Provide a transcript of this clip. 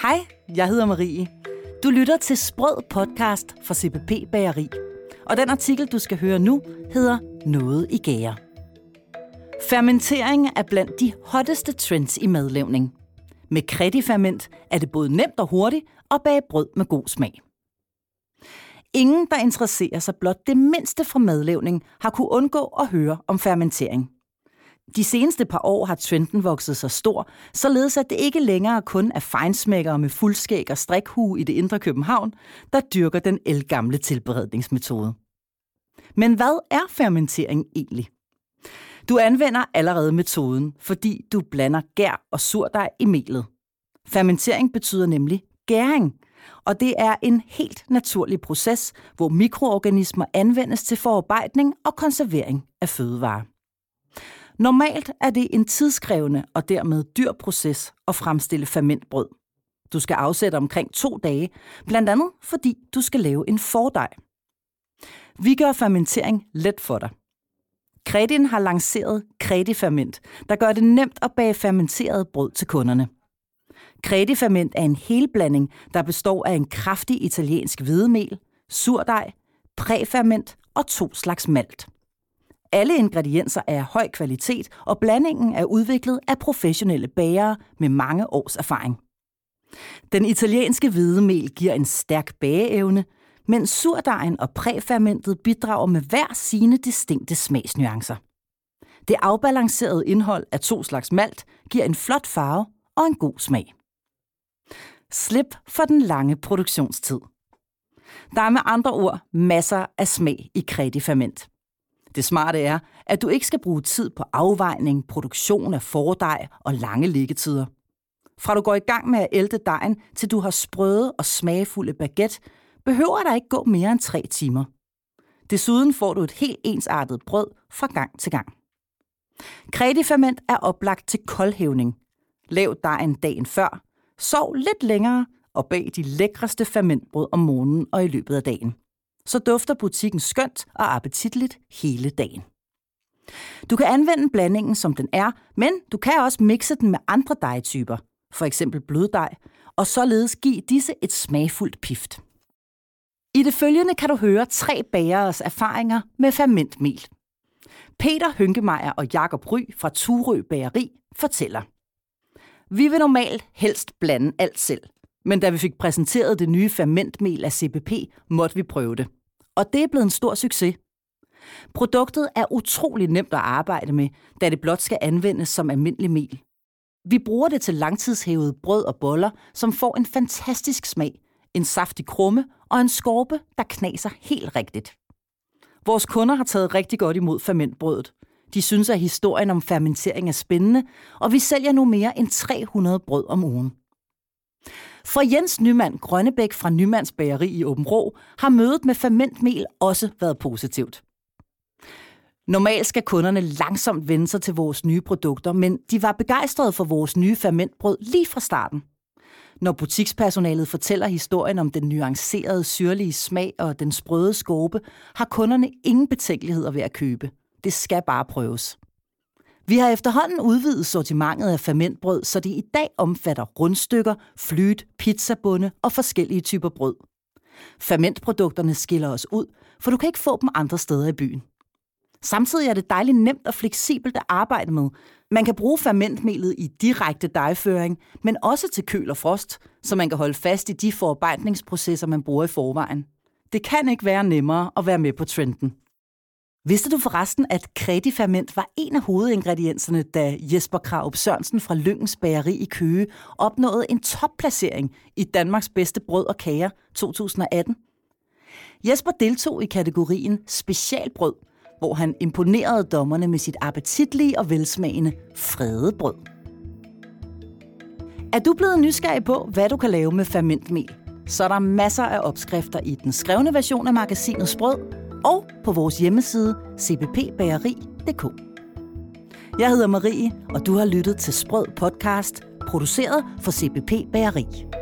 Hej, jeg hedder Marie. Du lytter til Sprød podcast fra CPP Bageri. Og den artikel, du skal høre nu, hedder Noget i gære. Fermentering er blandt de hotteste trends i madlavning. Med crediferment er det både nemt og hurtigt at bage brød med god smag. Ingen, der interesserer sig blot det mindste fra madlavning, har kunne undgå at høre om fermentering. De seneste par år har trenden vokset sig stor, således at det ikke længere kun er feinschmeckere med fuldskæg og strikhue i det indre København, der dyrker den ældgamle tilberedningsmetode. Men hvad er fermentering egentlig? Du anvender allerede metoden, fordi du blander gær og surdej i melet. Fermentering betyder nemlig gæring, og det er en helt naturlig proces, hvor mikroorganismer anvendes til forarbejdning og konservering af fødevarer. Normalt er det en tidskrævende og dermed dyr proces at fremstille fermentbrød. Du skal afsætte omkring 2 dage, blandt andet fordi du skal lave en fordej. Vi gør fermentering let for dig. Credin har lanceret crediferment, der gør det nemt at bage fermenteret brød til kunderne. Crediferment er en helblanding, der består af en kraftig italiensk hvedemel, surdej, præferment og 2 slags malt. Alle ingredienser er af høj kvalitet, og blandingen er udviklet af professionelle bagere med mange års erfaring. Den italienske hvedemel giver en stærk bageevne, mens surdejen og præfermentet bidrager med hver sine distinkte smagsnuancer. Det afbalancerede indhold af 2 slags malt giver en flot farve og en god smag. Slip for den lange produktionstid. Der er med andre ord masser af smag i crediferment. Det smarte er, at du ikke skal bruge tid på afvejning, produktion af fordej og lange liggetider. Fra du går i gang med at ælte dejen, til du har sprøde og smagfulde baguette, behøver der ikke gå mere end 3 timer. Desuden får du et helt ensartet brød fra gang til gang. Crediferment er oplagt til koldhævning. Lav dejen dagen før, sov lidt længere og bag de lækreste fermentbrød om morgenen og i løbet af dagen. Så dufter butikken skønt og appetitligt hele dagen. Du kan anvende blandingen, som den er, men du kan også mixe den med andre dejtyper, for eksempel bløddej, og således give disse et smagfuldt pift. I det følgende kan du høre 3 bageres erfaringer med fermentmel. Peter Hønkemeier og Jakob Ry fra Turø Bageri fortæller: Vi vil normalt helst blande alt selv, men da vi fik præsenteret det nye fermentmel af CPP, måtte vi prøve det. Og det er blevet en stor succes. Produktet er utrolig nemt at arbejde med, da det blot skal anvendes som almindelig mel. Vi bruger det til langtidshævede brød og boller, som får en fantastisk smag, en saftig krumme og en skorpe, der knaser helt rigtigt. Vores kunder har taget rigtig godt imod fermentbrødet. De synes, at historien om fermentering er spændende, og vi sælger nu mere end 300 brød om ugen. For Jens Nyman Grønnebæk fra Nymands Bageri i Aabenraa har mødet med fermentmel også været positivt. Normalt skal kunderne langsomt vende sig til vores nye produkter, men de var begejstrede for vores nye fermentbrød lige fra starten. Når butikspersonalet fortæller historien om den nuancerede, syrlige smag og den sprøde skorpe, har kunderne ingen betænkeligheder ved at købe. Det skal bare prøves. Vi har efterhånden udvidet sortimentet af fermentbrød, så det i dag omfatter rundstykker, flyt, pizzabunde og forskellige typer brød. Fermentprodukterne skiller os ud, for du kan ikke få dem andre steder i byen. Samtidig er det dejligt nemt og fleksibelt at arbejde med. Man kan bruge fermentmelet i direkte dejføring, men også til køl og frost, så man kan holde fast i de forarbejdningsprocesser, man bruger i forvejen. Det kan ikke være nemmere at være med på trenden. Vidste du forresten, at crediferment var en af hovedingredienserne, da Jesper Krarup Sørensen fra Lyngens Bageri i Køge opnåede en topplacering i Danmarks bedste brød og kager 2018? Jesper deltog i kategorien specialbrød, hvor han imponerede dommerne med sit appetitlige og velsmagende fredebrød. Er du blevet nysgerrig på, hvad du kan lave med fermentmel? Så er der masser af opskrifter i den skrevne version af magasinet Sprød og på vores hjemmeside cppbageri.dk. Jeg hedder Marie, og du har lyttet til Sprød podcast, produceret for CPP Bageri.